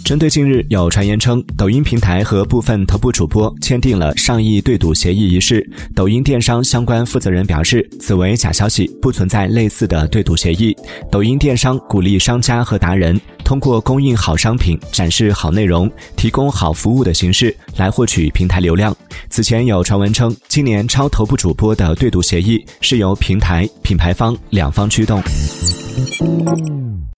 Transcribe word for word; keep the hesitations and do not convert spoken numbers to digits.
针对近日有传言称抖音平台和部分头部主播签订了上亿对赌协议一事，抖音电商相关负责人表示，此为假消息，不存在类似的对赌协议。抖音电商鼓励商家和达人通过供应好商品、展示好内容、提供好服务的形式来获取平台流量。此前有传闻称，今年超头部主播的对赌协议是由平台、品牌方两方驱动。